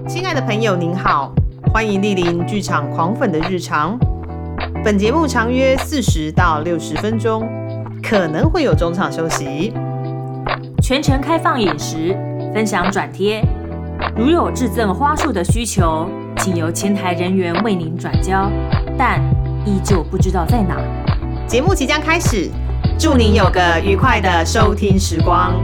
亲爱的朋友您好，欢迎莅临剧场狂粉的日常。本节目长约40到60分钟，可能会有中场休息， 全程开放饮食，分享转贴。如有致赠花束的需求，请由前台人员为您转交，但依旧不知道在哪。 节目即将开始，祝您有个愉快的收听时光。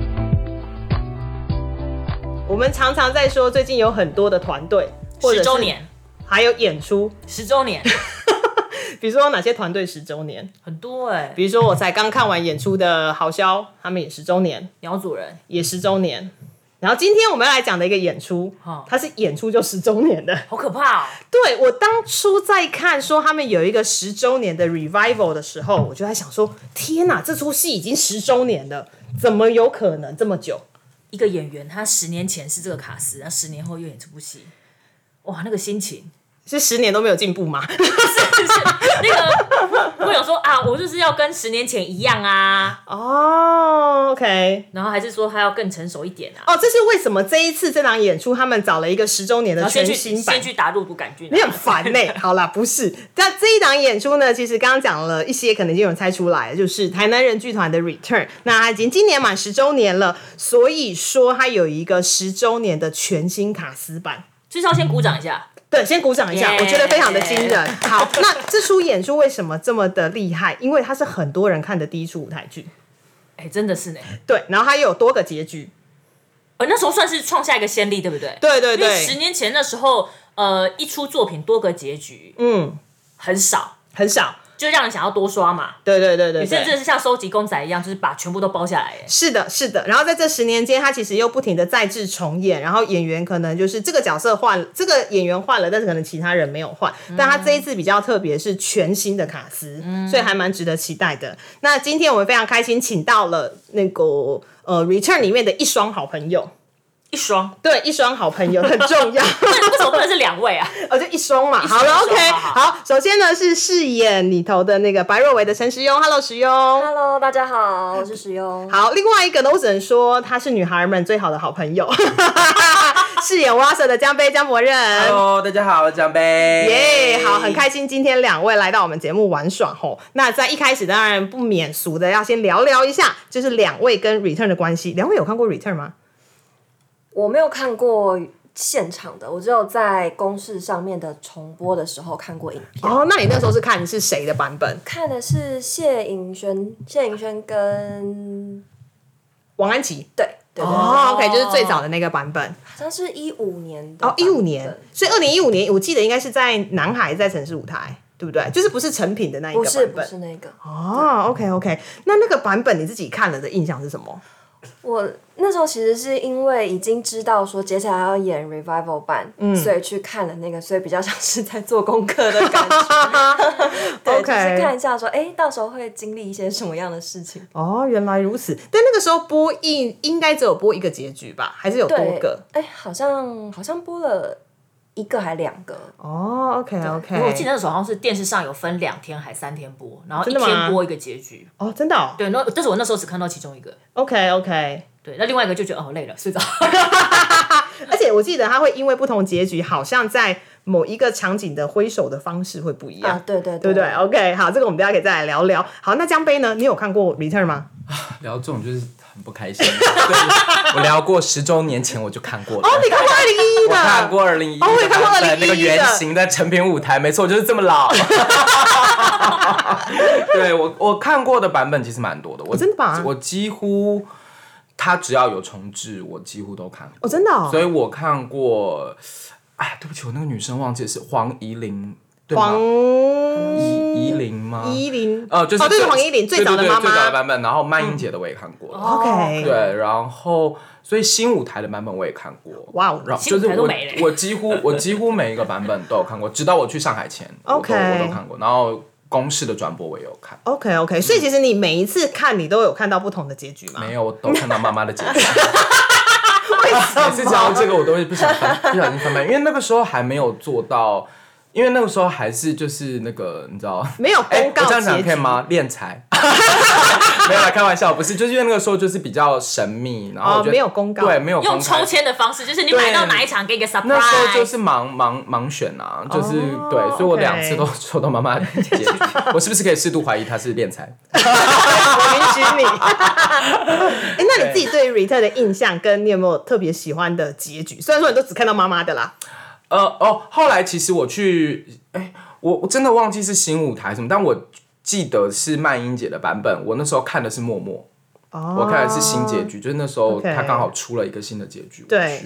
我们常常在说，最近有很多的团队，或者 10周年， 还有演出 10周年， 比如说哪些团队10周年， 很多哎、 比如说我才刚看完演出的好萧，他们也10周年， 鸟主人也10周年。然后今天我们要来讲的一个演出，它是演出就10周年的， 好可怕哦！ 对，我当初在看说他们有一个10周年的 revival 的时候，我就在想说，天哪，这出戏已经10周年了，怎么有可能这么久？ 一个演员他10年前是这个卡司，然后10年后又演这部戏，哇，那个心情是10年都没有进步吗？ 是那个会有说啊，我就是要跟10年前一样啊， 哦 ，OK， 然后还是说他要更成熟一点啊？ 哦，这是为什么这一次这场演出他们找了一个10周年的全新版？ 先去打入毒杆菌、啊， 你很烦呢、好啦，不是，但这一档演出呢，其实刚刚讲了一些，可能已经有人猜出来了，就是台南人剧团的 Return。那他已经今年满10周年了，所以说他有一个10周年的全新卡司版。 就是要先鼓掌一下。 对，先鼓掌一下， Yeah 我觉得非常的惊人。好，那这出演出为什么这么的厉害？因为它是很多人看的第一出舞台剧。 哎，真的是呢。 对，然后它又有多个结局。 那时候算是创下一个先例，对不对？ 对对对， 因为10年前那时候，一出作品多个结局，很少， 很少。 就让人想要多刷嘛。 对对对对， 有些人真的是像收集公仔一样，就是把全部都包下来。 是的，是的。然后在这10年间，他其实又不停的再制重演，然后演员可能就是这个角色换，这个演员换了，但是可能其他人没有换。但他这一次比较特别，是全新的卡司，所以还蛮值得期待的。那今天我们非常开心，请到了那个Return 里面的一双好朋友。 一双， 对，一双好朋友很重要。 为什么不能是2位啊？ 就一双嘛。好了 ，OK， 好。首先呢是饰演里头的那个白若为的陈时庸 ，Hello 时庸 ，Hello， 大家好，我是时庸。 好，另外一个呢，我只能说他是女孩们最好的好朋友，饰演蛙蛇的江杯江博任 ，Hello， 大家好，我是江杯。 耶，好，很开心今天2位来到我们节目玩耍吼。那在一开始当然不免俗的要先聊聊一下，就是2位跟 Return 的关系。2位有看过 Return 吗？ 我没有看过现场的，我只有在公视上面的重播的时候看过影片。 哦，那你那时候是看是谁的版本？ 看的是谢盈萱跟王安琪。 对。 哦 ，OK， 就是最早的那个版本， 好像是15年的。 哦，15年，所以2015年我记得应该是在南海，在城市舞台，对不对？就是不是成品的那一个版本， 不是那个。 哦 ，OK， 那个版本你自己看了的印象是什么？ 我那时候其实是因为已经知道说接下来要演 revival 版，所以去看了那个，所以比较像是在做功课的感觉。对， OK， 就是看一下说，到时候会经历一些什么样的事情。 哦，原来如此。但那个时候播映应该只有播一个结局吧？还是有多个？ 好像播了1个还2个。 哦 ，OK， 我记得那时候好像是电视上有分2天还3天播，然后1天播一个结局。 哦，真的哦。 对，但是我那时候只看到其中一个。 OK。 对，那另外一个就觉得累了，睡着。 而且我记得他会因为不同结局，好像在某一个场景的挥手的方式会不一样。 对不对 ？OK， 好，这个我们等一下可以再来聊聊。好，那江杯呢？你有看过 Return 吗？ 聊这种就是很不开心。对，我聊过10周年前我就看过了。 哦，你看过2011的？ 我看过2011的。 哦，我也看过2011的。 那个圆形在成品舞台，没错，就是这么老。对，我看过的版本其实蛮多的。 真的吗？ 我几乎。他只要有重置，我几乎都看过。 哦，真的哦。 所以我看过，对不起，我那个女生忘记是黄怡玲，对吗？ 黄怡玲吗？ 怡玲， 就是对，黄怡玲最早的妈妈， 最早的版本。然后曼英姐的我也看过。 OK， 对，然后所以新舞台的版本我也看过。 哇， 就是我几乎每一个版本都有看过，直到我去上海前，OK， 我都看过。然后。公视的转播我也有看。 OK， 所以其实你每一次看，你都有看到不同的结局吗？ 没有，我都看到妈妈的结局。 为什么？ 每次讲到这个，我都会不小心翻版，因为那个时候还没有做到因为那个时候还是就是那个你知道没有公告我这样讲结局可以吗？敛财没有啦，开玩笑，不是，就是因为那个时候就是比较神秘，然后没有公告， 对，没有公开用抽签的方式，就是你买到哪一场给一个 surprise。 那时候就是盲选啊，就是对，所以我2次都抽到妈妈的结局。我是不是可以适度怀疑他是敛财？ 我允许你。那你自己对于 Return 的印象，跟你有没有特别喜欢的结局？虽然说你都只看到妈妈的啦。 后来其实我去，我真的忘记是新舞台什么，但我记得是曼英姐的版本。我那时候看的是默默，我看的是新结局，就是那时候他刚好出了一个新的结局。 对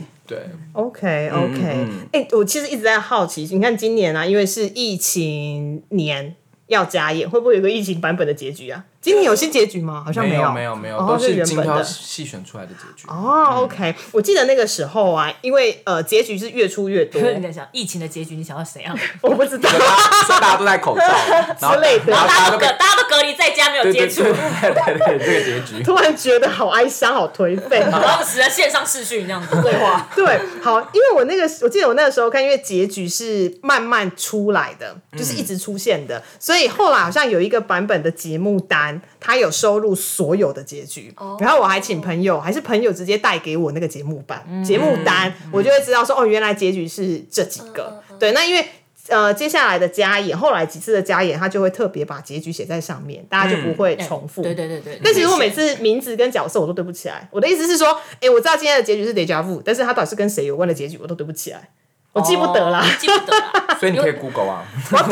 ，OK。我其实一直在好奇，你看今年啊，因为是疫情年要加演，会不会有个疫情版本的结局啊？今年有新结局吗？好像没有， 都是精挑细选出来的结局。 OK， 我记得那个时候啊，因为结局是越出越多。 你在想疫情的结局，你想要怎样？ 我不知道， 所以大家都戴口罩之类的， 然后大家都隔离在家，没有接触。 对，这个结局突然觉得好哀伤，好颓废。 当时在线上视讯这样子对话。 对，好，因为我记得我那个时候看，因为结局是慢慢出来的，就是一直出现的，所以后来好像有一个版本的节目单，它有收录所有的结局，然后我还请朋友，还是朋友直接带给我那个节目单，我就会知道说原来结局是这几个。对，那因为接下来的加演，后来几次的加演，他就会特别把结局写在上面，大家就不会重复。 对。 但其实我每次名字跟角色我都对不起来。我的意思是说，我知道今天的结局是 Deja Vu， 但是他到底是跟谁有关的结局，我都对不起来。我记不得啦， 所以你可以 Google 啊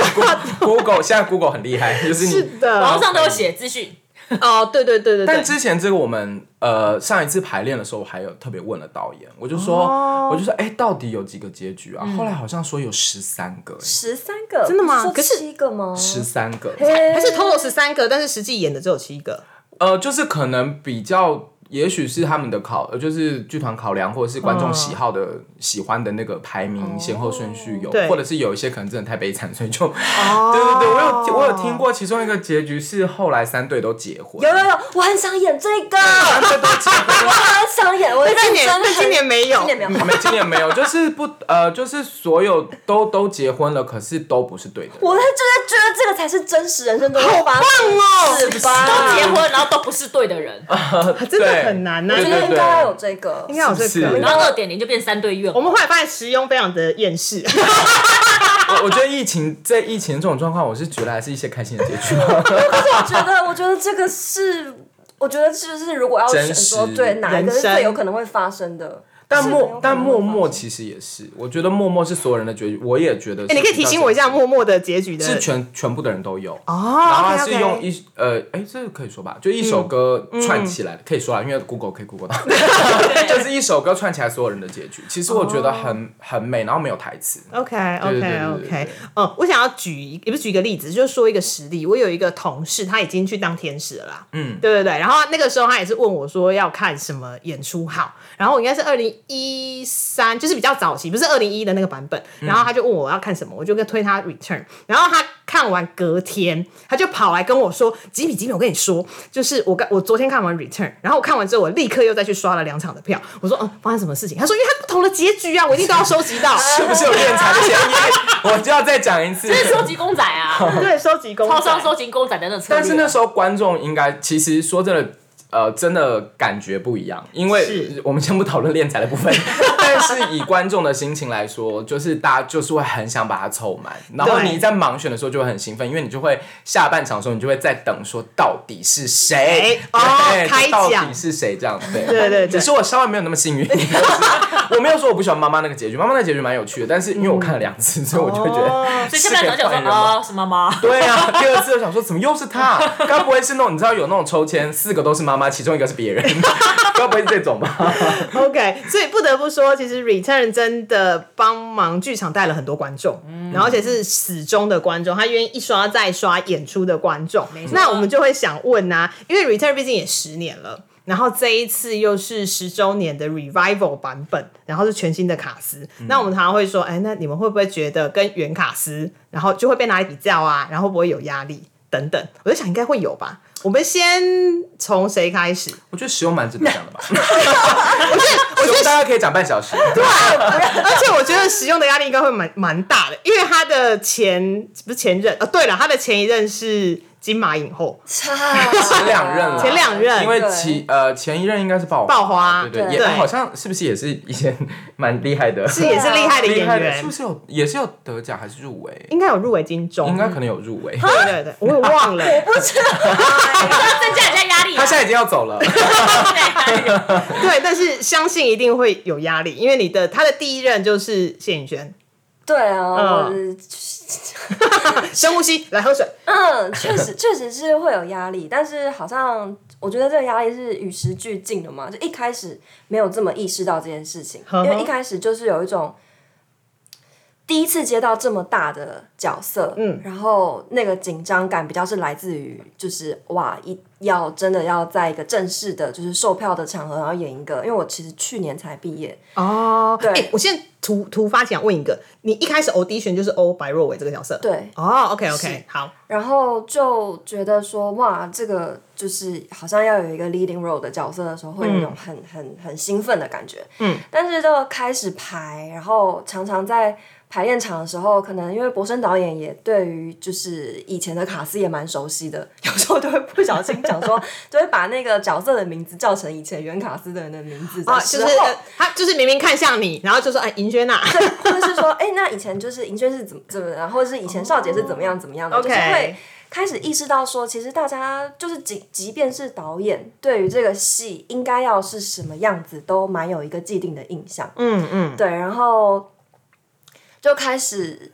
，Google 现在 Google 很厉害，就是是的， 网上都有写资讯。 对。 但之前这个我们上一次排练的时候，我还有特别问了导演，我就说到底有几个结局啊？后来好像说有13个 ，13个， 真的吗？ 可是7个吗 ？13个， 还是 total 13个，但是实际演的只有7个。 就是可能比较。也许是他们的就是剧团考量，或者是观众喜欢的那个排名先后顺序有，或者是有一些可能真的太悲惨，所以就对，我有听过其中一个结局是后来3对都结婚。 有，我很想演这个，3对都结婚，我很想演。我今年没有， 今年没有，就是就是所有都结婚了，可是都不是对的。 我就在觉得这个才是真实人生中会发生， 是吧？ 都结婚然后都不是对的人， 真的很难啊！ 我觉得应该有这个， 应该有这个， 然后2.0就变3对愿。 我们后来发现石庸非常的厌世。 我觉得疫情这种状况，我是觉得还是一些开心的结局。 可是我觉得这个是，我觉得就是如果要选说对哪一个是最有可能会发生的。 但默默其实也是，我觉得默默是所有人的结局，我也觉得是。 你可以提醒我一下默默的结局的是全部的人都有然后它是用这个可以说吧，就一首歌串起来可以说啦，因为 Google 可以 Google 到，就是一首歌串起来所有人的结局。其实我觉得很美，然后没有台词。 OK， 我想要也不是举一个例子，就是说一个实例。我有一个同事，他已经去当天使了啦，对，然后那个时候他也是问我说要看什么演出好，然后我应该是2013，就是比较早期，不是2011的那个版本。然后他就问我要看什么，我就推他 Return。然后他看完隔天，他就跑来跟我说：“吉米，我跟你说，就是我昨天看完 Return， 然后我看完之后，我立刻又再去刷了2场的票。”我说：“发生什么事情？”他说：“因为它不同的结局啊，我一定都要收集到。” 是不是有敛财的嫌疑？我就要再讲一次， 这是收集公仔啊， 对，收集公仔， 超商收集公仔的那策略。 但是那时候观众应该，其实说真的。真的感觉不一样，因为我们先不讨论敛财的部分，但是以观众的心情来说，就是大家就是会很想把它凑满，然后你在盲选的时候就会很兴奋，因为你就会下半场的时候，你就会在等说到底是谁， 开奖， 到底是谁这样， 对， 只是我稍微没有那么幸运，我没有说我不喜欢妈妈那个结局，妈妈那个结局蛮有趣的，但是因为我看了2次，所以我就会觉得， 所以下半场就说是妈妈， 对啊，第2次我想说怎么又是他，该不会是那种你知道有那种抽签4个都是妈妈，其中1个是别人，该不会是这种吧 ？OK， 所以不得不说，其实 Return 真的帮忙剧场带了很多观众，然后而且是死忠的观众，他愿意一刷再刷演出的观众。那我们就会想问啊，因为 Return 毕竟也10年了。然后这一次又是10周年的 Revival 版本，然后是全新的卡司。那我们常常会说，那你们会不会觉得跟原卡司，然后就会被拿来比较啊？然后会不会有压力等等？我就想应该会有吧。我们先从谁开始？ 我觉得石勇蛮值得讲的吧。 我觉得大概可以讲半小时。 对，而且我觉得使用的压力应该会蛮大的，因为他的不是前任对了，他的前一任是金马影后， 前2任了， 前2任， 因为前一任应该是爆花， 对，也好像是不是也是以前蛮厉害的， 也是厉害的演员， 是不是也是有得奖还是入围？ 应该有入围金钟， 应该可能有入围， 对，我也忘了， 我不知道， 增加人家压力。 他现在已经要走了， 对，但是相信一定会有压力，因为他的第一任就是谢颖轩。 对啊， 深呼吸，来喝水。 确实是会有压力，但是好像我觉得这个压力是与时俱进的嘛，就一开始没有这么意识到这件事情，因为一开始就是有一种第一次接到这么大的角色，然后那个紧张感比较是来自于就是哇，真的要在一个正式的就是售票的场合，然后演一个，因为我其实去年才毕业对， 我现在突发想问一个，你一开始 audition 就是欧白若伟这个角色， 对 OK 好， 然后就觉得说哇，这个就是好像要有一个 leading role 的角色的时候，会有一种很兴奋的感觉，但是就开始排，然后常常在排练场的时候，可能因为博生导演也对于就是以前的卡司也蛮熟悉的，有时候都会不小心讲说，就会把那个角色的名字叫成以前原卡司的人的名字的时候， 就是他就是明明看向你，然后就说尹轩啊， 对，或者是说那以前就是尹轩是怎么样，或者是以前少杰是怎么样的，就是会开始意识到说，其实大家就是即便是导演，对于这个戏应该要是什么样子，都蛮有一个既定的印象。对，然后就开始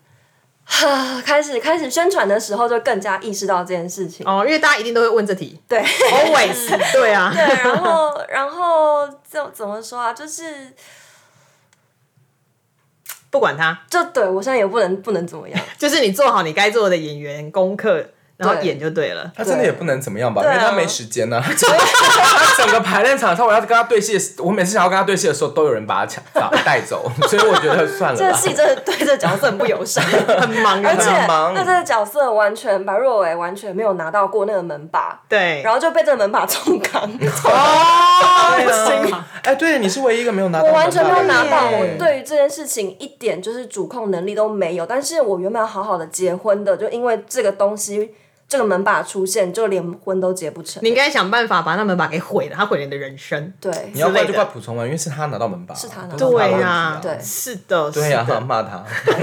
宣传的时候，就更加意识到这件事情。 因为大家一定都会问这题。 对 ，always 对啊。 对，然后怎么说啊？就是不管他， 就对我现在也不能怎么样， 就是你做好你该做的演员功课。然后演就对了， 他真的也不能怎么样吧，因为他没时间啊。他整个排练场上，我要跟他对戏，我每次想要跟他对戏的时候，都有人把他带走，所以我觉得算了吧。 这个戏真的对这个角色很不友善， 很忙， 而且很忙。 那这个角色白若伟完全没有拿到过那个门把， 对， 然后就被这个门把冲扛。不行，对，你是唯一一个没有拿到门把的人， 我完全没有拿到。我对于这件事情一点就是主控能力都没有，但是我原本要好好的结婚的，就因为这个东西。这个门把出现，就连婚都结不成。 你应该想办法把那门把给毁了，他毁了你的人生。 对， 你要怪就怪蒲松文，因为是他拿到门把， 是他拿到。 对啊， 对， 是的， 对啊，骂他。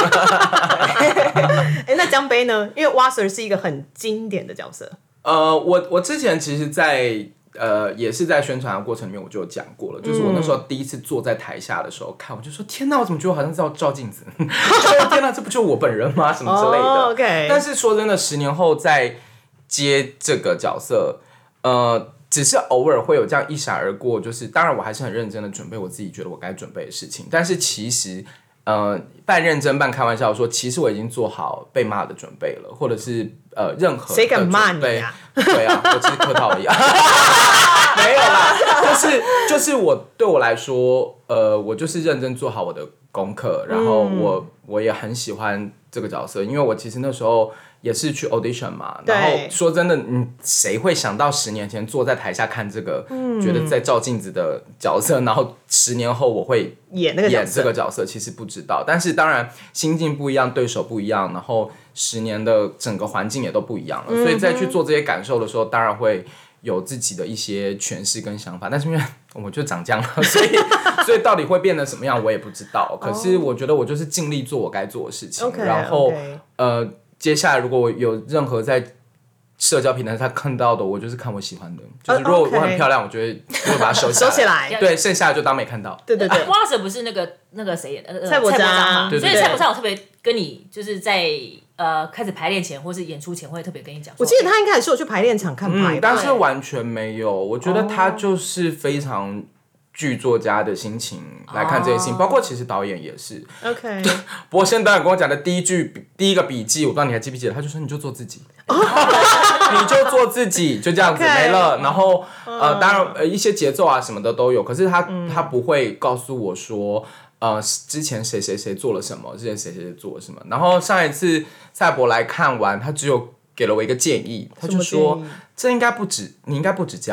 那江杯呢？因为 Wasser 是一个很经典的角色。 我之前其实在，也是在宣传的过程里面，我就有讲过了，就是我那时候第一次坐在台下的时候看，我就说天哪，我怎么觉得我好像在照镜子？天哪，这不就是我本人吗？什么之类的。 Okay. 但是说真的，10年后再接这个角色，只是偶尔会有这样一闪而过，就是当然我还是很认真的准备我自己觉得我该准备的事情，但是其实。半认真半开玩笑说，其实我已经做好被骂的准备了，或者是任何的谁敢骂你啊？ 对啊，我只是客套而已。没有啦，就是对我来说，我就是认真做好我的功课，然后我也很喜欢这个角色，因为我其实那时候也是去 audition 嘛，然后说真的，谁会想到10年前坐在台下看这个，觉得在照镜子的角色，然后10年后我会演这个角色，其实不知道。但是当然心境不一样，对手不一样，然后10年的整个环境也都不一样了，所以在去做这些感受的时候，当然会有自己的一些诠释跟想法。但是因为我就长这样了，所以到底会变得什么样，我也不知道。可是我觉得我就是尽力做我该做的事情，然后接下来如果我有任何在社交平台上看到的，我就是看我喜欢的，就是如果我很漂亮，我就会把它收起来，对，剩下的就当没看到。 对对对 ，Wasser 不是那个谁演的， 蔡伯章嘛， 所以蔡伯章我特别跟你就是在开始排练前或是演出前会特别跟你讲。 我记得他应该也是有去排练场看排， 但是完全没有。我觉得他就是非常剧作家的心情来看这件事情，包括其实导演也是。 OK， 博先导演跟我讲的第一个笔记，我不知道你还记不记得，他就说你就做自己，你就做自己，就这样子没了。然后当然一些节奏啊什么的都有，可是他不会告诉我说。之前谁谁谁做了什么，之前谁谁谁做了什么。然后上一次赛博来看完，他只有给了我一个建议，他就说这应该不止，你应该不止这样吧。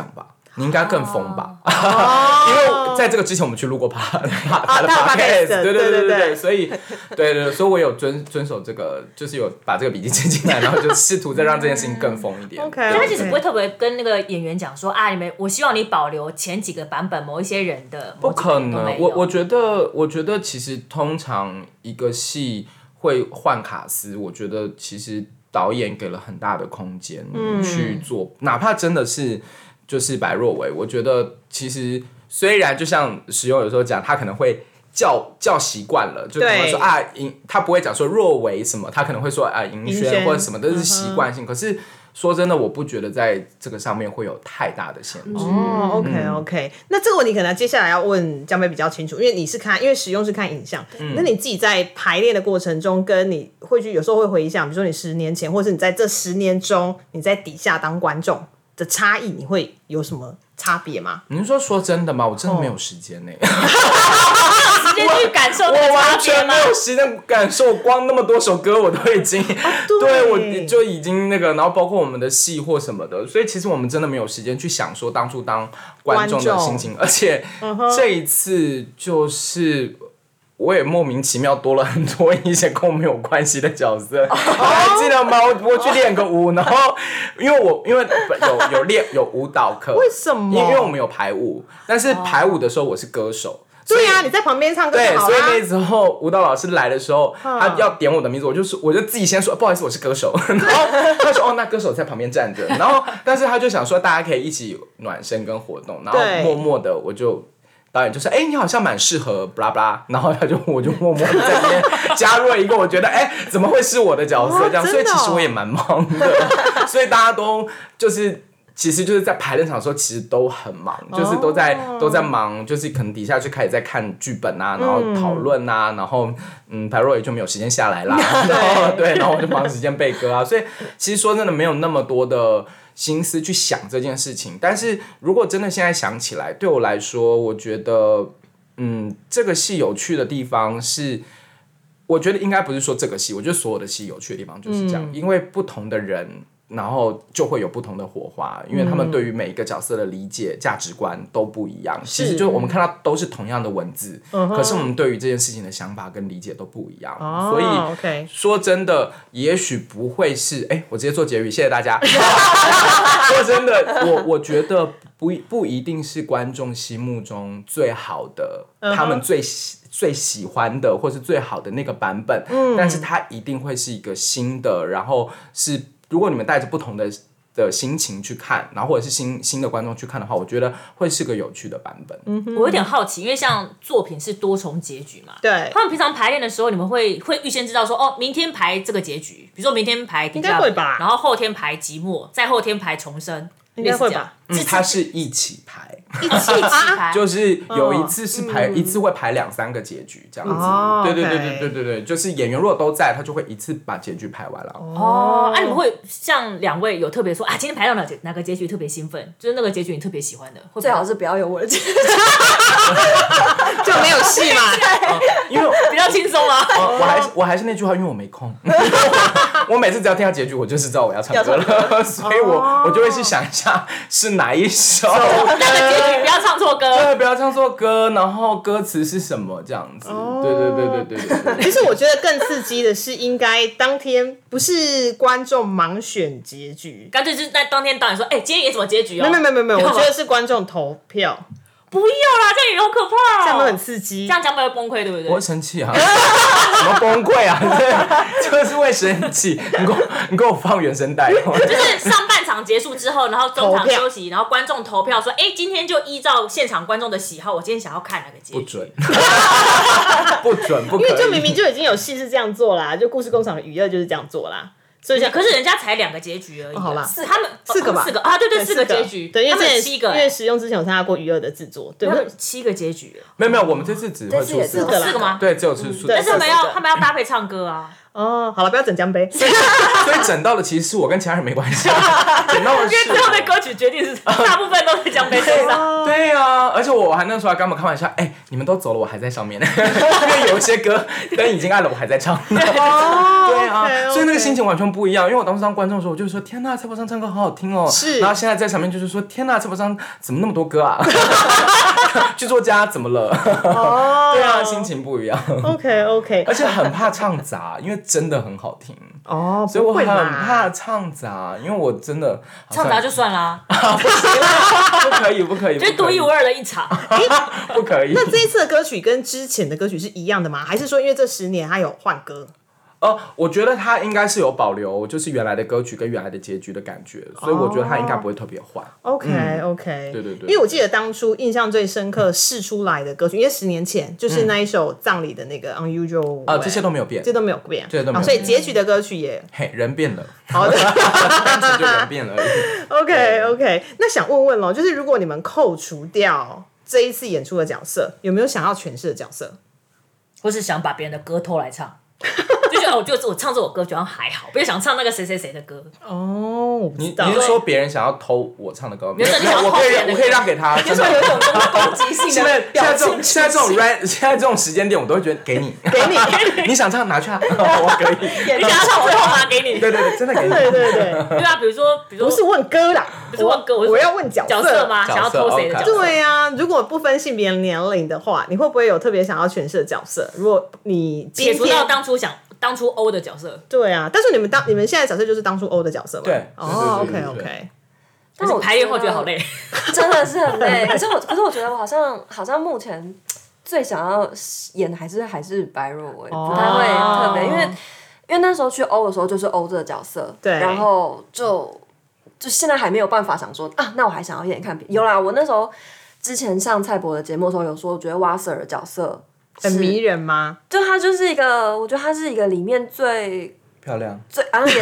你应该更疯吧？因为在这个之前我们去录过他的 podcast， 对，所以所以我有遵守这个，就是有把这个笔记记进来，然后就试图再让这件事情更疯一点。 OK， 他其实不会特别跟那个演员讲说我希望你保留前几个版本某一些人的， 不可能。我觉得其实通常一个戏会换卡司，我觉得其实导演给了很大的空间去做，哪怕真的是就是白若伟，我觉得其实虽然就像石勇有时候讲，他可能会叫习惯了，就可能说他不会讲说若伟什么，他可能会说银轩或者什么，都是习惯性。可是说真的，我不觉得在这个上面会有太大的限制。 OK， 那这个问题可能接下来要问江杯比较清楚，因为因为使用是看影像，那你自己在排练的过程中，跟你会去有时候会回想，比如说你10年前，或是你在这10年中，你在底下当观众的差异，你会有什么差别吗？ 你是说真的吗？我真的没有时间呢。 时间去感受， 我完全没有时间感受，光那么多首歌我都已经，对我就已经那个，然后包括我们的戏或什么的，所以其实我们真的没有时间去想说当初当观众的心情，而且这一次就是我也莫名其妙多了很多一些跟我没有关系的角色，你还记得吗？我去练个舞，然后因为有舞蹈课， 为什么？ 因为我们有排舞，但是排舞的时候我是歌手。 对啊，你在旁边唱歌就好啦。 对，所以那时候舞蹈老师来的时候，他要点我的名字，我就自己先说不好意思，我是歌手。然后他说那歌手在旁边站着。然后但是他就想说大家可以一起暖身跟活动，然后默默的导演就说你好像蛮适合布拉布拉，然后我就默默的在里面加入了一个我觉得怎么会是我的角色这样，所以其实我也蛮忙的，所以大家都其实就是在排练场的时候，其实都很忙，就是都在忙，就是可能底下就开始在看剧本啊，然后讨论啊，然后白若也就没有时间下来啦，然后我就忙时间背歌啊，所以其实说真的没有那么多的心思去想这件事情。但是如果真的现在想起来，对我来说，我觉得这个戏有趣的地方是，我觉得应该不是说这个戏，我觉得所有的戏有趣的地方就是这样，因为不同的人。然后就会有不同的火花，因为他们对于每一个角色的理解、价值观都不一样。其实就我们看到都是同样的文字，可是我们对于这件事情的想法跟理解都不一样。所以说真的，也许不会是我直接做结语，谢谢大家。说真的，我觉得不一定是观众心目中最好的，他们最喜欢的或是最好的那个版本，但是它一定会是一个新的，然后是。如果你们带着不同的心情去看，然后或者是新的观众去看的话，我觉得会是个有趣的版本。 我有点好奇，因为像作品是多重结局嘛， 对， 他们平常排练的时候，你们会预先知道说，明天排这个结局，比如说明天排应该会吧， 然后后天排寂寞，再后天排重生， 应该会吧？ 它是一起排。 一起排， 就是有一次是一次会排2-3个结局这样子。对，就是演员如果都在，他就会一次把结局排完了。 你们会像2位有特别说今天排到哪个结局特别兴奋，就是那个结局你特别喜欢的， 最好是不要有我的结局， 就没有戏嘛。 因为比较轻松啊。 我还是那句话，因为我没空。我每次只要听到结局，我就是知道我要唱歌了，所以我就会去想一下是哪一首。 那个结局不要唱错歌， 对，不要唱错歌，然后歌词是什么这样子。对。 其实我觉得更刺激的是，应该当天不是观众盲选结局， 干脆就是在当天导演说，今天演什么结局哦？ 没有，我觉得是观众投票。 不要啦，这样也好可怕这样很刺激， 这样江杯会崩溃，对不对？ 我会生气啊！什么崩溃啊？就是会生气。你给我放原声带。 就是上半场结束之后，然后中场休息，然后观众投票说，今天就依照现场观众的喜好，我今天想要看哪个结局？ 不准，不准，不可以。 因为就明明就已经有戏是这样做啦，就故事工厂的娱乐就是这样做啦。所以可是人家才2个结局而已， 好啦， 他们 4个吧 ，4个啊，对4个结局， 对，因为他们7个， 因为使用之前有参加过娱乐的制作，对 ，7个结局， 没有，我们这次只会出4 个吗？ 对，只有出4个， 但是他们要搭配唱歌啊。 哦，好了，不要整江杯。 所以整到的其实是我，跟其他人没关系。整到的是因为最后的歌曲决定是大部分都在江杯身上。 对呀，而且我还那时候还跟他们开玩笑，你们都走了，我还在上面，因为有一些歌灯已经暗了，我还在唱。对啊， okay. 所以那个心情完全不一样。因为我当时当观众的时候，我就说天哪，蔡柏璋唱歌好好听哦。 是。 然后现在在场面就是说天哪，蔡柏璋怎么那么多歌啊？剧作家怎么了？对啊，心情不一样。 OK， 而且很怕唱砸，因为真的很好听。所以我很怕唱砸，因为我真的唱砸就算啦， 不可以， 就是独一无二的一场， 不可以。 那这一次的歌曲跟之前的歌曲是一样的吗？还是说因为这10年它有换歌？ 我觉得他应该是有保留，就是原来的歌曲跟原来的结局的感觉，所以我觉得他应该不会特别换。 OK， 对， 因为我记得当初印象最深刻试出来的歌曲，因为10年前就是那一首葬礼的那个 Unusual Way， 这些都没有变， 这都没有变，所以结局的歌曲也人变了， 好的， 单纯就人变了而已。 OK， 那想问问咯，就是如果你们扣除掉这一次演出的角色，有没有想要诠释的角色， 或是想把别人的歌偷来唱？就我唱这首歌觉得还好，不是想唱那个谁谁谁的歌。 我不知道。 你是说别人想要偷我唱的歌？ 没有，我可以让给他。 你说有一种攻击性的表情。 现在这种时间点，我都会觉得给你，你想唱拿去啊，我可以。 你想要唱最后拿给你。 对，真的给你。 对。 对啊，比如说， 不是问歌啦， 不是问歌， 我要问角色吗？想要偷谁的角色？ 对啊，如果不分性别年龄的话，你会不会有特别想要诠释的角色？如果你撇除到当初欧的角色， 对啊，但是你们现在的角色就是当初欧的角色嘛？ 对 ，OK。 但是我排练后觉得好累， 真的是很累。可是我觉得我好像目前最想要演还是白若薇，不太会特别，因为那时候去欧的时候就是欧这个角色， 对， 然后就现在还没有办法想说那我还想要演看有啦，我那时候之前上蔡博的节目的时候有说，我觉得瓦 Sir 的角色。 很迷人吗？ 就他就是一个，我觉得他是一个里面最漂亮， 也是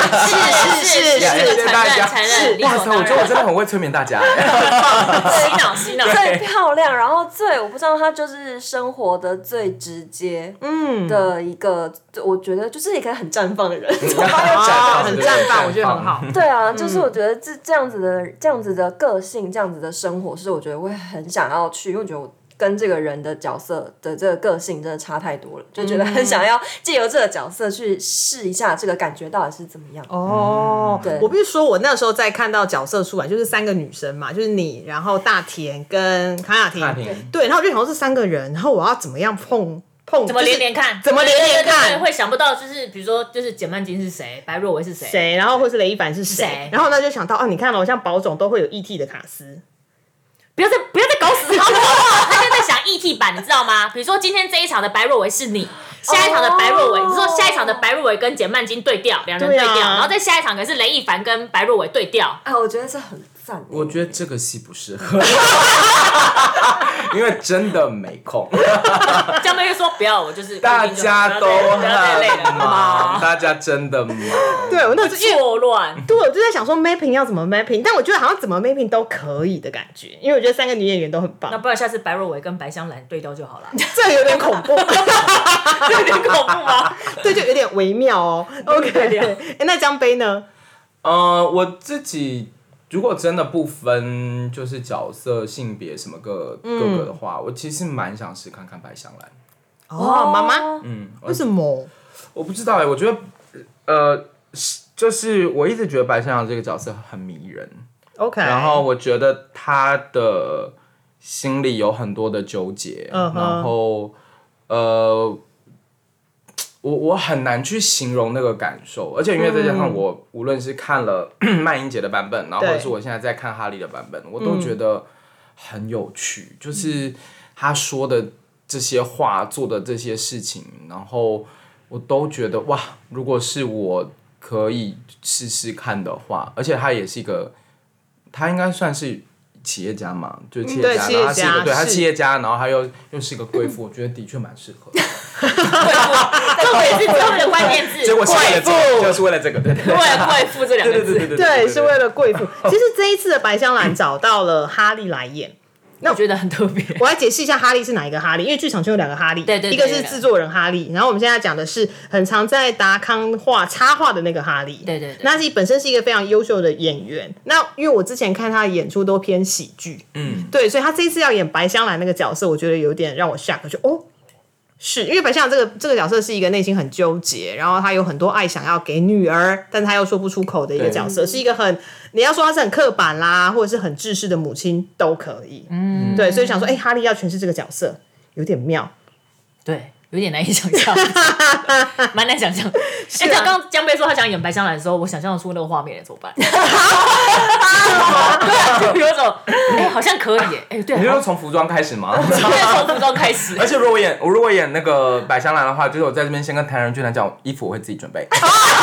承认， 哇塞，我觉得我真的很会催眠大家， 洗脑， 最漂亮，然后我不知道他就是生活的最直接，的一个，我觉得就是一个很绽放的人， 很绽放，我觉得很好。 对啊，就是我觉得这样子的个性，这样子的生活，是我觉得我会很想要去，因为我觉得我跟这个人的角色的这个个性真的差太多了，就觉得很想要借由这个角色去试一下这个感觉到底是怎么样。 对，我必须说，我那时候在看到角色出来，就是3个女生嘛，就是你，然后大田跟卡雅婷，对，然后我就想说是3个人，然后我要怎么样碰， 怎么连看， 怎么连看， 会想不到，就是比如说，就是简曼金是谁，白若薇是谁， 然后或是雷一凡是谁，然后呢就想到你看了，像宝总都会有 ET 的卡司。 不要再搞死他了，他现在在想 ET 版，你知道吗？比如说今天这一场的白若薇是你，下一场的白若薇，你说下一场的白若薇跟简曼金对调，2人对调，然后再下一场可是雷一凡跟白若薇对调。 我觉得这很赞。 我觉得这个戏不适合，因为真的没空。 江妹就说不要，我就是大家都很忙，大家真的忙。 对，我那时候错乱。 对，我就在想说 mapping 要怎么 mapping， 但我觉得好像怎么 mapping 都可以的感觉，因为我觉得3个女演员都很棒。 那不然下次白若薇跟白香兰对调就好了。 这有点恐怖， 有点恐怖吗？ 对，就有点微妙哦。OK， 那江杯呢？ 我自己如果真的不分就是角色、性别什么各个的话，我其实蛮想试看看白香兰。 妈妈，为什么？ 我不知道我觉得就是我一直觉得白香兰这个角色很迷人。 OK， 然后我觉得他的心里有很多的纠结，然后我很难去形容那个感受，而且因为再加上我无论是看了曼英姐的版本，然后或者是我现在在看哈利的版本，我都觉得很有趣，就是他说的这些话，做的这些事情，然后我都觉得哇，如果是我可以试试看的话，而且他也是一个，他应该算是企业家嘛，就是企业家，然后他是一个，对，他企业家，然后他又是一个贵妇，我觉得的确蛮适合的。 这也是他们的关键字， 结果是为了这个，就是为了这个，对， 为了贵妇这2个字， 对，是为了贵妇。其实这一次的白香兰找到了哈利来演， 我觉得很特别。 我来解释一下哈利是哪一个哈利，因为剧场圈有2个哈利， 对， 一个是制作人哈利，然后我们现在讲的是很常在达康插画的那个哈利。 对。 那他本身是一个非常优秀的演员。那因为我之前看他的演出都偏喜剧，对，所以他这一次要演白香兰那个角色，我觉得有点让我 shock， 是因为白香兰这个角色是一个内心很纠结，然后他有很多爱想要给女儿，但他又说不出口的一个角色，是一个你要说他是很刻板啦，或者是很制式的母亲都可以。对，所以想说，哈利要诠释这个角色有点妙， 对，有点难以想象，蛮难想象。刚刚江贝说他想演白香兰的时候，我想象得出那个画面，怎么办？对，就有一种好像可以耶。对， 你就从服装开始吗？ 对，从服装开始。 而且如果演那个百香兰的话，就是我在这边先跟台人剧团讲，衣服我会自己准备。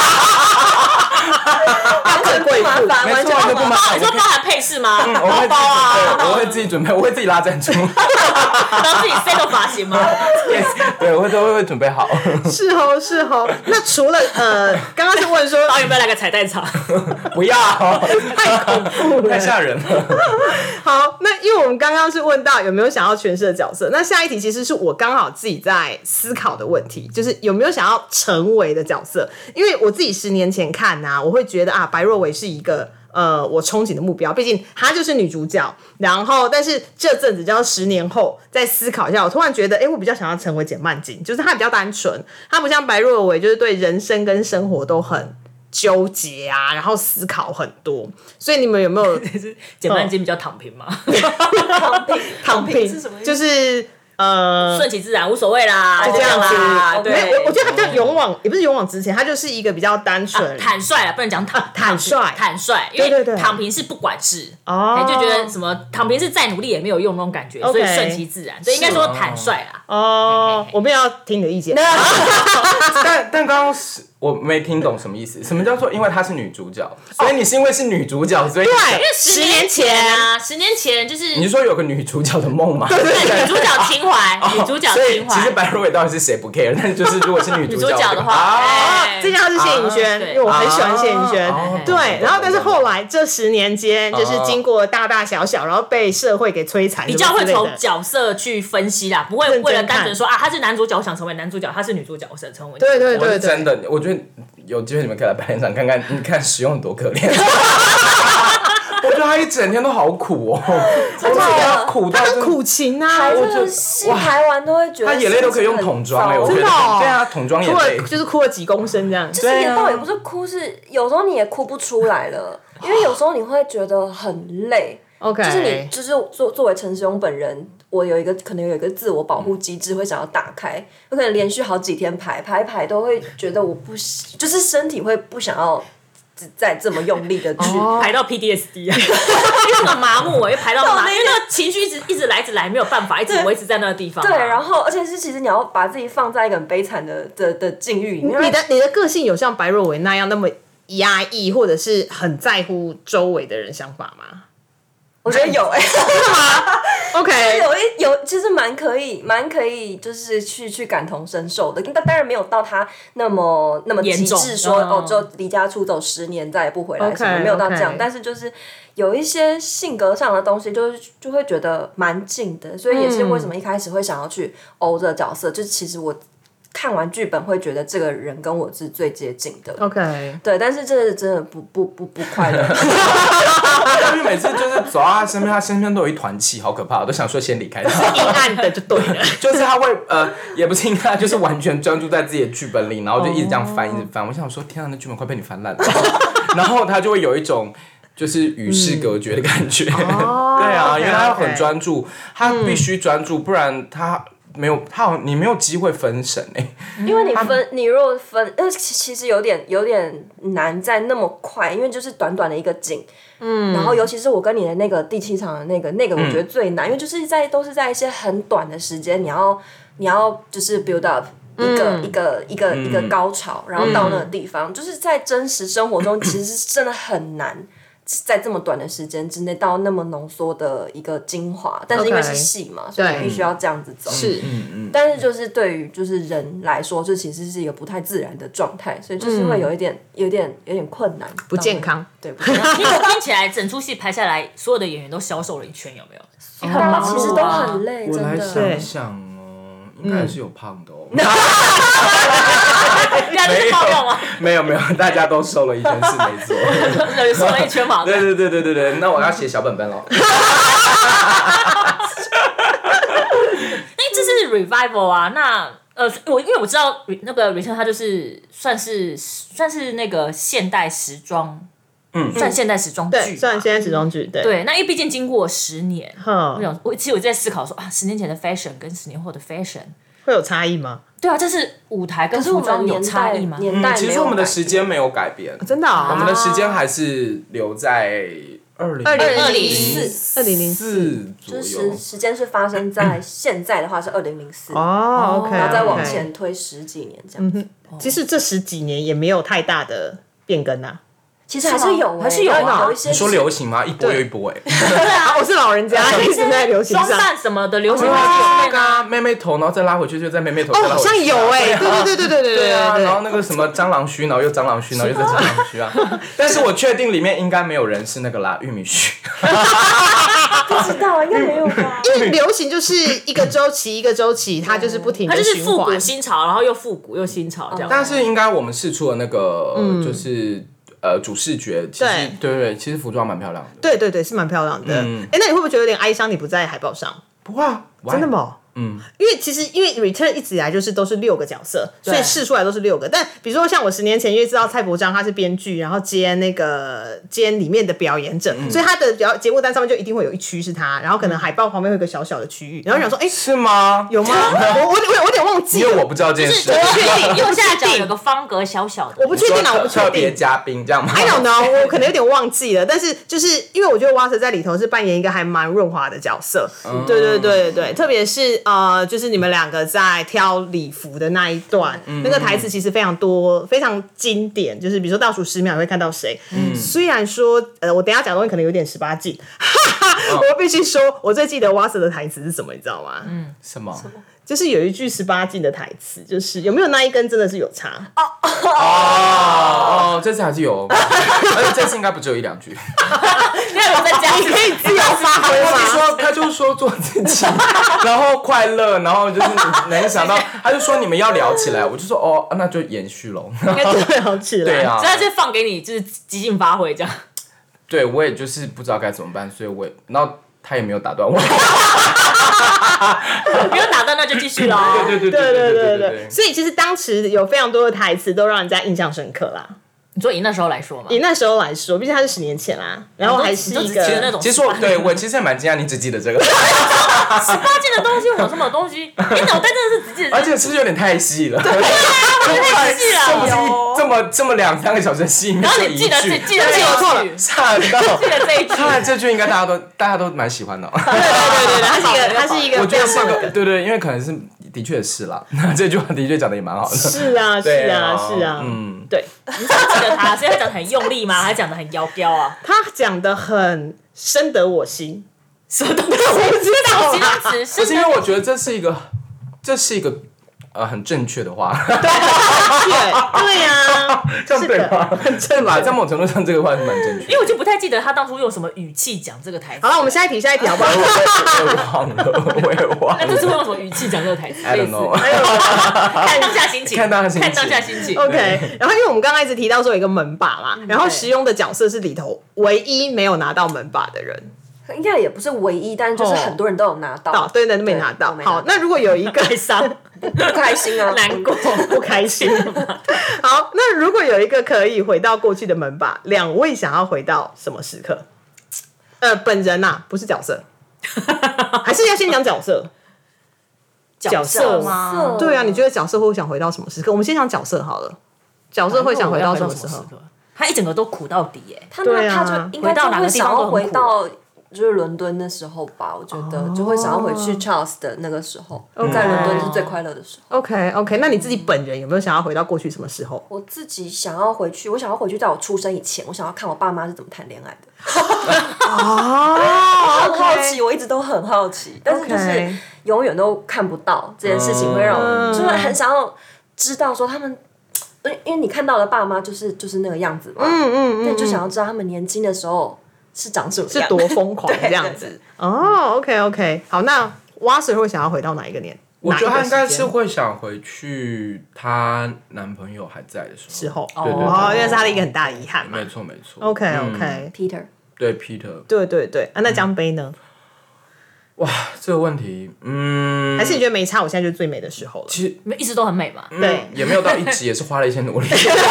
很贵妇， 没错，就不麻烦。 你说包含配饰吗？ 我会自己准备，我会自己拉赞助，然后自己 set 发型吗？ 对，我都会准备好。 是哦。那除了刚刚是问说导演有没有来个彩蛋场？ 不要， 太恐怖了， 太吓人了。 好，那因为我们刚刚是问到有没有想要诠释的角色，那下一题其实是我刚好自己在思考的问题，就是有没有想要成为的角色？因为我自己10年前看我会觉得白若伟是一个我憧憬的目标，毕竟她就是女主角。然后，但是这阵子，就要10年后再思考一下，我突然觉得，我比较想要成为简曼锦，就是她比较单纯，她不像白若伟，就是对人生跟生活都很纠结然后思考很多。所以你们有没有简曼锦比较躺平吗？ 躺平是什么意思？ 就是顺其自然，无所谓啦， 就这样子。 对， 我觉得他比较勇往，也不是勇往直前，他就是一个比较单纯、 坦率不能讲坦率，因为躺平是不管事，就觉得什么躺平是再努力也没有用那种感觉，所以顺其自然，所以应该说坦率啦。 我们要听你的意见。 但刚刚我没听懂什么意思，什么叫做因为她是女主角，所以你是因为是女主角，所以对， 因为10年前就是你是说有个女主角的梦吗？ 对，女主角情怀，女主角情怀。 其实白若伟到底是谁不 care， 但就是如果是女主角的话， 这家是谢颖轩，因为我很喜欢谢颖轩。对，然后但是后来这10年间，就是经过大大小小，然后被社会给摧残， 比较会从角色去分析啦，不会为了单纯说他是男主角，我想成为男主角；他是女主角，我想成为女主角。 对， 真的，我觉得有机会你们可以来排练场看看，你看使用多可怜。我觉得他一整天都好苦真的苦到苦情我觉得戏排完都会觉得他眼泪都可以用桶装我觉得对啊，桶装眼泪就是哭了几公升这样。 就是也倒也不是哭，是有时候你也哭不出来了，因为有时候你会觉得很累。就是你就是作为陈时中本人，我可能有一个自我保护机制会想要打开，有可能连续好几天排都会觉得我不就是身体会不想要再这么用力的去排到 PTSD 因为很麻木，因为排到因为那个情绪一直来，没有办法一直维持在那个地方。 对，然后而且是其实你要把自己放在一个很悲惨的境遇里面。 你的个性有像白若伟那样那么压抑，或者是很在乎周围的人想法吗？ 我觉得有 OK， 其实蛮可以，就是去感同身受的。但当然没有到他那么极致说就离家出走10年再也不回来什么，没有到这样。但是就是有一些性格上的东西，就会觉得蛮近的，所以也是为什么一开始会想要去欧这个角色，就是其实我看完剧本会觉得这个人跟我是最接近的。 OK， 对，但是这真的不快乐。 因为每次就是走到他身边，他身边都有一团气，好可怕，我都想说先离开他。 阴暗的就对了， 就是他会也不是阴暗，就是完全专注在自己的剧本里，然后就一直这样翻，一直翻。我想说，天啊，那剧本快被你翻烂了。然后他就会有一种就是与世隔绝的感觉。对啊，因为他很专注，他必须专注，不然他。你没有机会分神因为你如果分，其实有点难在那么快，因为就是短短的一个景，然后尤其是我跟你的那个第7场的那个，我觉得最难，因为就是都是在一些很短的时间，你要就是 build up 一个高潮，然后到那个地方，就是在真实生活中其实是真的很难。 在这么短的时间之内到那么浓缩的一个精华，但是因为是戏嘛，所以必须要这样子走。 是， 但是就是对于就是人来说，这其实是一个不太自然的状态，所以就是会有一点困难， 不健康。 对，不健康。 因为听起来整出戏排下来，所有的演员都消瘦了一圈，有没有？ 其实都很累，真的。 我来想想哦，应该还是有胖的哦。没有，大家都瘦了一圈是没错， 瘦了一圈嘛。 对，那我要写小本本了。 这是 revival 啊，那因为我知道那个 Return 它就是算是那个现代时装。算现代时装剧， 对，算现代时装剧， 对，那因为毕竟经过10年，其实我在思考说10年前的 fashion 跟10年后的 fashion 会有差异吗？ 对啊，这是舞台跟服装有差异吗？ 其实我们的时间没有改变， 真的啊， 我们的时间还是留在 2004 左右， 就是时间是发生在现在的话是2004 哦 ，OK， 然后再往前推10几年这样子。 其实这10几年也没有太大的变更啊。 其实还是有， 还是有啊。有一些你说流行吗？一波又一波哎。 对啊，我是老人家，一直在流行上。 装扮什么的流行还是有那个啊，妹妹头，然后再拉回去，就再妹妹头。 哦，好像有哎，对啊。然后那个什么蟑螂须，然后又蟑螂须，然后又再蟑螂须啊。但是我确定里面应该没有人是那个啦，玉米须。 不知道，应该没有吧？ 因为流行就是一个周期，它就是不停的循环， 它就是复古新潮，然后又复古又新潮这样。 但是应该我们试出的那个就是。主视觉其实对，其实服装蛮漂亮的。 对，是蛮漂亮的。那你会不会觉得有点哀伤？你不在海报上？ 不会啊， 真的吗？因为 Return 一直以来就是都是6个角色，所以试出来都是6个。但比如说像我10年前因为知道蔡伯章他是编剧，然后接里面的表演者，所以他的节目单上面就一定会有一区是他，然后可能海报旁边会有一个小小的区域，然后想说， 是吗？ 有吗？我有点忘记了， 因为我不知道这件事。 不确定，右下角有个方格小小的， 我不确定啊，我不确定。 特别嘉宾这样吗？ I don't know， 我可能有点忘记了，但是就是因为我觉得 Waters 在里头是扮演一个还蛮润滑的角色，对，特别是就是你们2个在挑礼服的那一段，那个台词其实非常多，非常经典。就是比如说倒数10秒会看到谁。虽然说我等一下讲的东西可能有点18禁，我必须说，我最记得 Waters 的台词是什么，你知道吗？ 什么？ 就是有一句18禁的台词，就是有没有那一根真的是有差？ 这次还是有，而且这次应该不只有1-2句。 因为我在家你可以自由发挥吗？ 他就说做自己，然后快乐，然后就是能想到，他就说你们要聊起来，我就说那就延续咯。 应该就聊起来。 对啊， 所以他就放给你，就是即兴发挥这样。 对，我也就是不知道该怎么办，所以然后他也没有打断我。 没有打断那就继续咯。 对，所以其实当时有非常多的台词都让人家印象深刻啦。 你说以那时候来说嘛？ 以那时候来说，毕竟他是10年前啦，然后还是一个。 其实我其实也蛮惊讶，你只记得这个。 18禁的东西，有什么东西？你脑袋真的是只记得。 而且是不是有点太细了？ 对，太细了。这么2-3个小时的戏， 然后你记得这一句， 吓到， 记得这一句。 看来这句应该大家都蛮喜欢的。 对，它是一个， 我觉得是个对，因为可能是的确是啦，这句话的确讲的也蛮好的。 是啊，对。 你怎么记得他？所以他讲的很用力吗？还讲的很妖彪啊？ 他讲的很深得我心。 什么东西？我不知道。形容词是因为我觉得这是一个很正确的话。 对呀， 这样对吗？很正吧，在某种程度上，这个话是蛮正确的。 因为我就不太记得他当初用什么语气讲这个台词。 好了，我们下一题好不好？ 我也忘了。 那这次会用什么语气讲这个台词 ？I don't know。 看当下心情。看当下心情。 OK。然后，因为我们刚刚一直提到说有一个门把嘛，然后实用的角色是里头唯一没有拿到门把的人。 应该也不是唯一，但是就是很多人都有拿到。 对，都没拿到。好，那如果有一个哀伤、 不开心啊， 难过、 不开心。好，那如果有一个可以回到过去的门把，2位想要回到什么时刻？本人呐，不是角色，还是要先讲角色？角色吗？对啊，你觉得角色会想回到什么时刻？我们先讲角色好了。角色会想回到什么时候？ 他一整个都苦到底耶。 他就应该就会想要回到就是伦敦的时候吧，我觉得就会想要回去 Charles 的那个时候，在伦敦是最快乐的时候。 OK， 那你自己本人有没有想要回到过去什么时候？ 我自己想要回去，我想要回去在我出生以前，我想要看我爸妈是怎么谈恋爱的。很好奇，我一直都很好奇，但是就是永远都看不到这件事情，会让我就是很想要知道说他们。因为你看到的爸妈就是那个样子嘛，但就想要知道他们年轻的时候是长什么样， 是多疯狂这样子。哦 ，OK， 好，那蛙 Sir 会想要回到哪一个年？ 我觉得他应该是会想回去她男朋友还在的时候。 对，因为是他的一个很大的遗憾嘛。 没错。 OK， Peter。 对 Peter。 对，那江杯呢？ 哇，这个问题， 还是你觉得没差？我现在就是最美的时候了。 其实一直都很美嘛。 对， 也没有到一直，也是花了一些努力。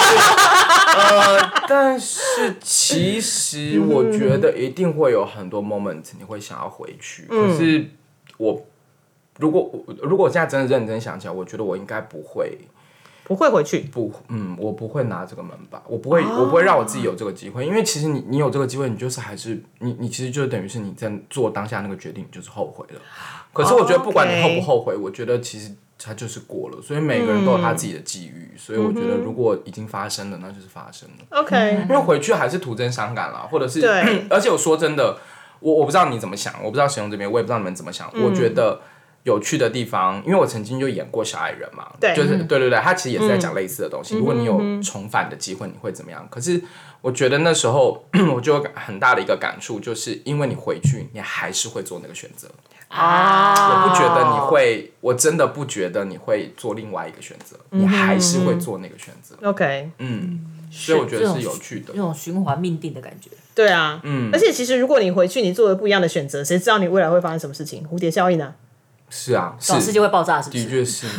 但是其实我觉得一定会有很多 moment 你会想要回去，可是如果我现在真的认真想起来，我觉得我应该不会回去。 我不会拿这个门把，我不会让我自己有这个机会，因为其实你有这个机会，你就是还是你其实就等于是你在做当下那个决定，你就是后悔了。可是我觉得不管你后不后悔，我觉得其实它就是过了，所以每个人都有他自己的际遇，所以我觉得如果已经发生了，那就是发生了。 OK， 因为回去还是徒增伤感啦，或者是而且我说真的，我不知道你怎么想，我不知道使用这边，我也不知道你们怎么想，我觉得。有趣的地方，因为我曾经就演过小矮人嘛，就是对，他其实也是在讲类似的东西。如果你有重返的机会，你会怎么样？可是我觉得那时候我就有很大的一个感触，就是因为你回去，你还是会做那个选择我不觉得你会，我真的不觉得你会做另外一个选择，你还是会做那个选择。 OK， 所以我觉得是有趣的， 那种循环命定的感觉。 对啊，而且其实如果你回去，你做了不一样的选择，谁知道你未来会发生什么事情？蝴蝶效应啊。 是啊， 世界会爆炸，是不是？ 的确是。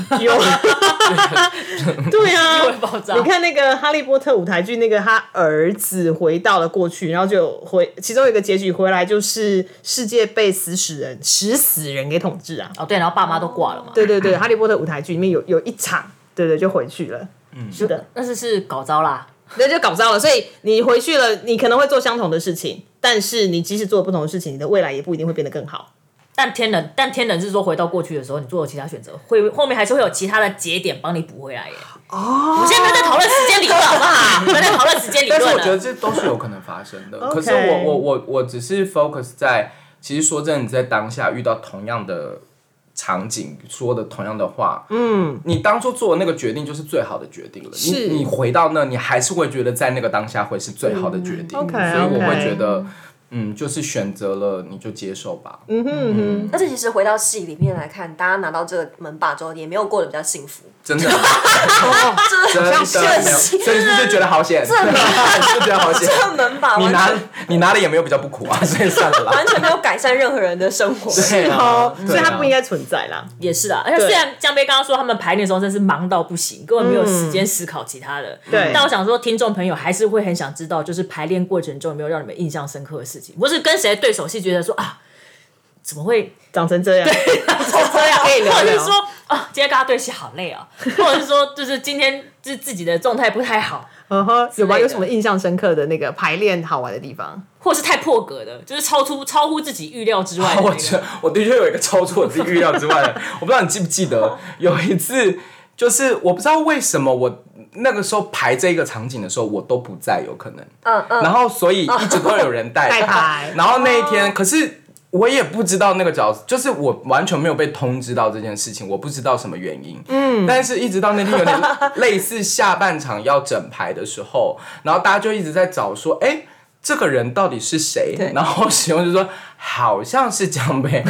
对啊， 世界会爆炸。 你看那个《哈利波特》舞台剧，那个他儿子回到了过去，然后就其中有一个结局回来，就是世界被食死人给统治啊。 对，然后爸妈都挂了嘛。 对，《哈利波特》舞台剧里面有一场，对，就回去了。是的， 但是搞糟啦。 对，就搞糟了。所以你回去了，你可能会做相同的事情，但是你即使做了不同的事情，你的未来也不一定会变得更好。 但天能是说回到过去的时候，你做了其他选择，后面还是会有其他的节点帮你补回来耶。我们现在都在讨论时间理论，好不好？我们在讨论时间理论。 但是我觉得这都是有可能发生的。可是我只是 focus 在，其实说真的，你在当下遇到同样的场景，说的同样的话，你当初做的那个决定就是最好的决定了。你回到那，你还是会觉得在那个当下会是最好的决定。所以我会觉得。就是选择了你就接受吧。 而且其实回到戏里面来看，大家拿到这个门把之后，也没有过得比较幸福。 真的，真的，所以是不是觉得好险？是不是觉得好险？ 这门把你拿了也没有比较不苦啊，所以算了啦。 完全没有改善任何人的生活。 是哦，所以它不应该存在啦。 也是啦，而且虽然江杯刚刚说他们排练的时候真是忙到不行，根本没有时间思考其他的。 对。 但我想说，听众朋友还是会很想知道，就是排练过程中有没有让你们印象深刻的事情，不是跟谁对手戏觉得说啊，怎么会长成这样？ 对，长成这样， 可以聊聊。 或者是说啊，今天跟他对戏好累啊，或者是说就是今天就是自己的状态不太好。 有吗？有什么印象深刻的那个排练好玩的地方， 或者是太破格的，就是超乎自己预料之外的、那个。 我的确有一个超出我自己预料之外的，我不知道你记不记得，有一次就是我不知道为什么我那个时候排这个场景的时候我都不在，有可能，然后所以一直都有人代排，然后那一天可是。我也不知道那个角色，就是我完全没有被通知到这件事情，我不知道什么原因。但是一直到那天有点类似下半场要整排的时候，然后大家就一直在找说，这个人到底是谁？然后使用就说好像是江杯。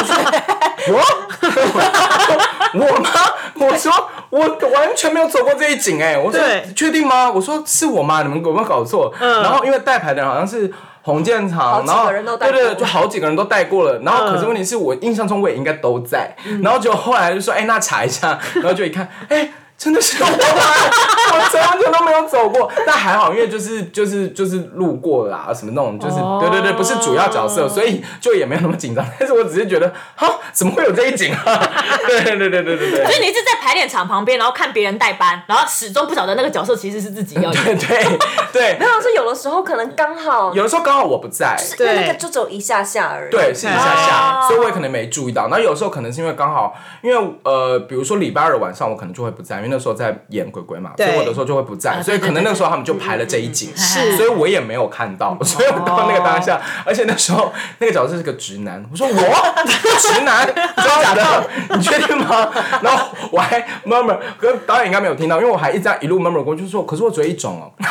我吗？我说我完全没有走过这一景我说确定吗？我说是我吗？你们有没有搞错？然后因为带牌的人好像是。洪建长，然后对，就好几个人都带过了，然后可是问题是我印象中我也应该都在，然后就后来就说那查一下，然后就一看真的是我完全都没有走过，但还好，因为就是路过啦，什么那种就是对，不是主要角色，所以就也没有那么紧张。但是我只是觉得，怎么会有这一景啊？对。所以你是在排练场旁边，然后看别人代班，然后始终不晓得那个角色其实是自己要演。 对。 没有，是有的时候可能刚好， 有的时候刚好我不在， 因为那个就只有一下下而已。 对，是一下，所以我也可能没注意到。然后有时候可能是因为刚好，因为比如说礼拜二晚上我可能就会不在，因为那时候在演鬼鬼嘛，所以我有的时候就会不在，所以可能那个时候他们就排了这一景，所以我也没有看到，所以我到那个当下，而且那时候那个角色是个直男，我说直男，真的假的？你确定吗？然后我还 murmur， 可是导演应该没有听到，因为我还一路 murmur 过去说，可是我只有一种哦。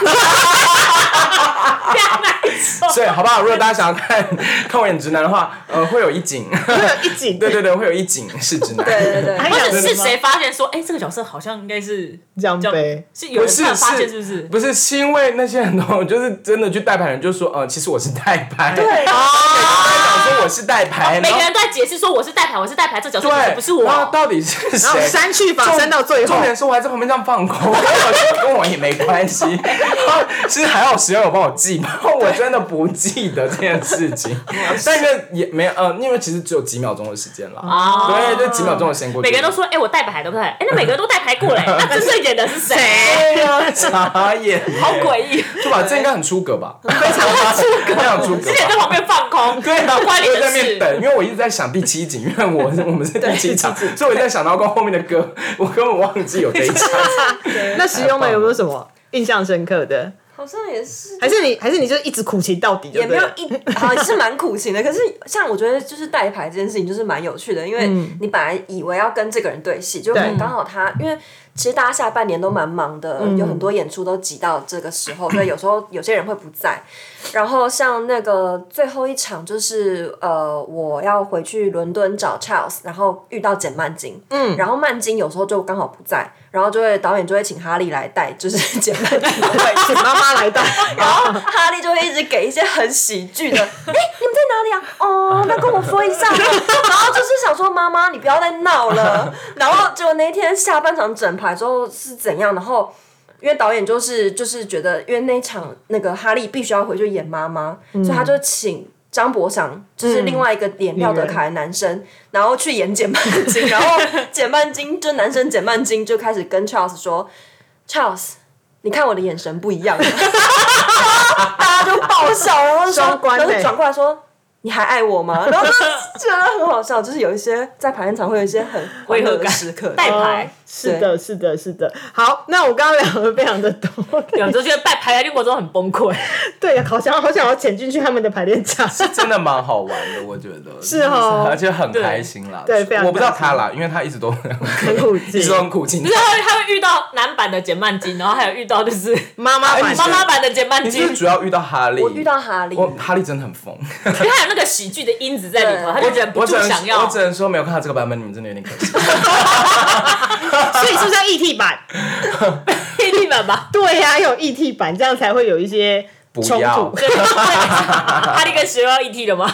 所以好不好？如果大家想要看我演直男的话，会有一景，对，会有一景是直男， 对。 或者是谁发现说，这个角色好像应该是江杯， 是有人发现是不是？ 不是，是因为那些人都就是真的去代排人，就说其实我是代排， 对， 讲说我是代排， 每个人都在解释说我是代排，这角色不是我， 然后到底是谁？ 然后删去法删到最后， 重点是我还在旁边这样放空，跟我也没关系，是还好石油有帮我记，我真的不记得这件事情，但因为也没因为其实只有几秒钟的时间了，对，就几秒钟的时间过去， 每个人都说我代排对不对？那每个人都代排过嘞，那真正演的是谁？ 傻眼， 好诡异， 对吧？这应该很出格吧？ 非常出格，之前在旁边放空， 对啊， 关你的事， 我在那边等，因为我一直在想第7集，因为我们是第7场，所以我在想到跟后面的歌，我根本忘记有这一场。 那实用的有没有什么印象深刻的？ 好像也是， 还是你就一直苦情到底就对了， 也没有好是蛮苦情的。可是像我觉得就是代排这件事情就是蛮有趣的，因为你本来以为要跟这个人对戏，就很刚好他因为。其实大家下半年都蛮忙的，有很多演出都挤到这个时候，所以有时候有些人会不在。然后像那个最后一场就是我要回去伦敦找 Charles， 然后遇到简曼金，然后曼金有时候就刚好不在，然后导演就会请哈利来带，就是简曼金的位置， 请妈妈来带， 然后哈利就会一直给一些很喜剧的，你们在哪里啊？哦，那跟我说一下，然后就是想说妈妈你不要再闹了，然后结果那天下半场整排之后是怎样，然后。因为导演就是觉得，因为那一场那个哈利必须要回去演妈妈，所以他就请张博翔，就是另外一个演廖德凯的男生，然后去演简曼金，然后简曼金就男生简曼金就开始跟 Charles 说 ，Charles， 你看我的眼神不一样了，大家就爆笑，然后转过来说。你还爱我吗？然后就觉得很好笑，就是有一些在排练场会有一些很违和的时刻， 代排。 是的。好，那我刚刚聊的非常的多， 有时候觉得排练过程很崩溃。 对，好想要潜进去他们的排练场， 是真的蛮好玩的，我觉得是哦， 而且很开心啦。 对，非常。 我不知道他啦，因为他一直都很苦情， 一直都很苦情。 就是他会遇到男版的简曼金，然后还有遇到就是妈妈版的简曼金。 你是主要遇到哈利， 我遇到哈利， 哈利真的很疯， 因为他有那个喜剧的因子在里头，他就忍不住想要。 我只能说没有看到这个版本，你们真的有点可惜。 所以是不是要ET 版 ？ET 版吧？ 对呀，有ET 版，这样才会有一些冲突。 哈利跟石油要 ET 了吗？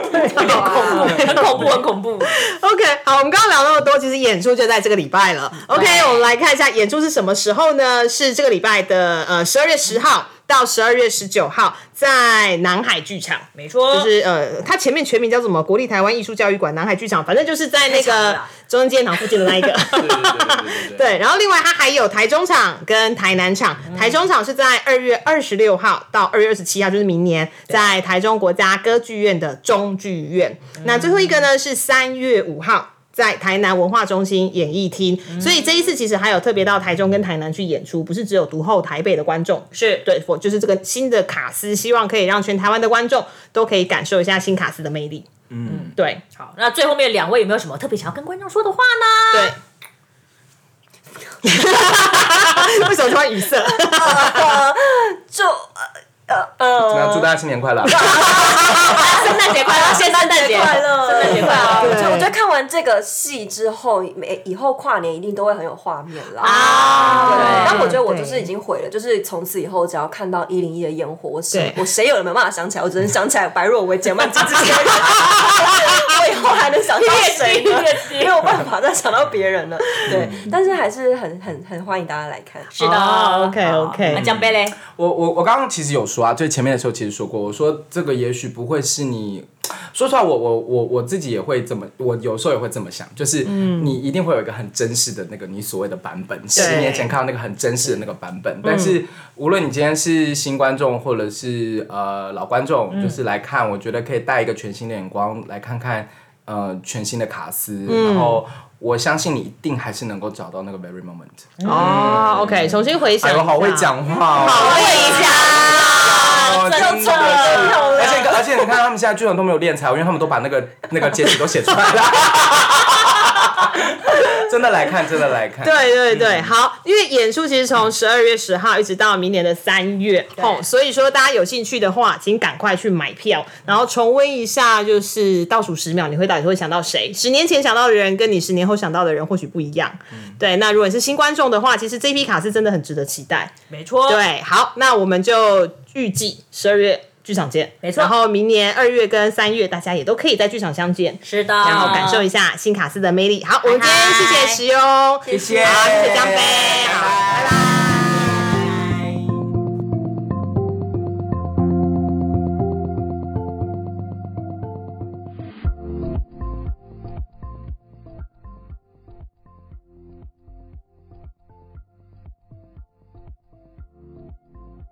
很恐怖。 OK， 好，我们刚刚聊那么多，其实演出就在这个礼拜了。OK， 我们来看一下演出是什么时候呢？是这个礼拜的12月10号。到12月19号，在南海剧场， 没错， 就是它前面全名叫什么？国立台湾艺术教育馆南海剧场，反正就是在那个中正纪念堂附近的那一个。对，然后另外它还有台中场跟台南场，台中场是在2月26号到2月27号，就是明年，在台中国家歌剧院的中剧院。那最后一个呢是3月5号。在台南文化中心演艺厅，所以这一次其实还有特别到台中跟台南去演出，不是只有独后台北的观众， 是对，就是这个新的卡司，希望可以让全台湾的观众都可以感受一下新卡司的魅力。对。 好，那最后面2位有没有什么特别想要跟观众说的话呢？ 对。为什么突然语塞？ 祝大家新年快乐！ 圣诞节快乐！先圣诞节快乐！圣诞节快乐！ 我觉得看完这个戏之后，以后跨年一定都会很有画面啦。 对。 但我觉得我就是已经毁了，就是从此以后只要看到101的烟火，我谁有没有办法想起来？我只能想起来白若薇、简曼金这些人。我我以后还能想到谁呢？ 越低没有办法再想到别人了。对，但是还是很欢迎大家来看。 是的 ，OK， 那奖杯嘞？ 我刚刚其实有说啊，最前面的时候其实说过，我说这个也许不会是你。说出来我自己也会这么，我有时候也会这么想，就是你一定会有一个很真实的那个你所谓的版本，10年前看到那个很真实的那个版本，但是无论你今天是新观众或者是老观众，就是来看，我觉得可以带一个全新的眼光来看看全新的卡司，然后我相信你一定还是能够找到那个 very moment。 哦，OK， 重新回想一下。 哎呦，好会讲话哦！ 好会讲， 真的。而且你看，他们现在剧场都没有练才，因为他们都把那个阶级都写出来了。真的来看，真的来看。 对，好，因为演出其实从12月10号一直到明年的3月，所以说大家有兴趣的话，请赶快去买票，然后重温一下，就是倒数10秒，你到底会想到谁？10年前想到的人跟你10年后想到的人或许不一样。对，那如果你是新观众的话，其实这批卡是真的很值得期待。 没错。 对，好，那我们就预计12月。剧场见， 没错。 然后明年2月跟3月，大家也都可以在剧场相见。 是的， 然后感受一下新卡司的魅力。好，我们今天谢谢石庸， 谢谢， 好，谢谢江杯，好，拜拜。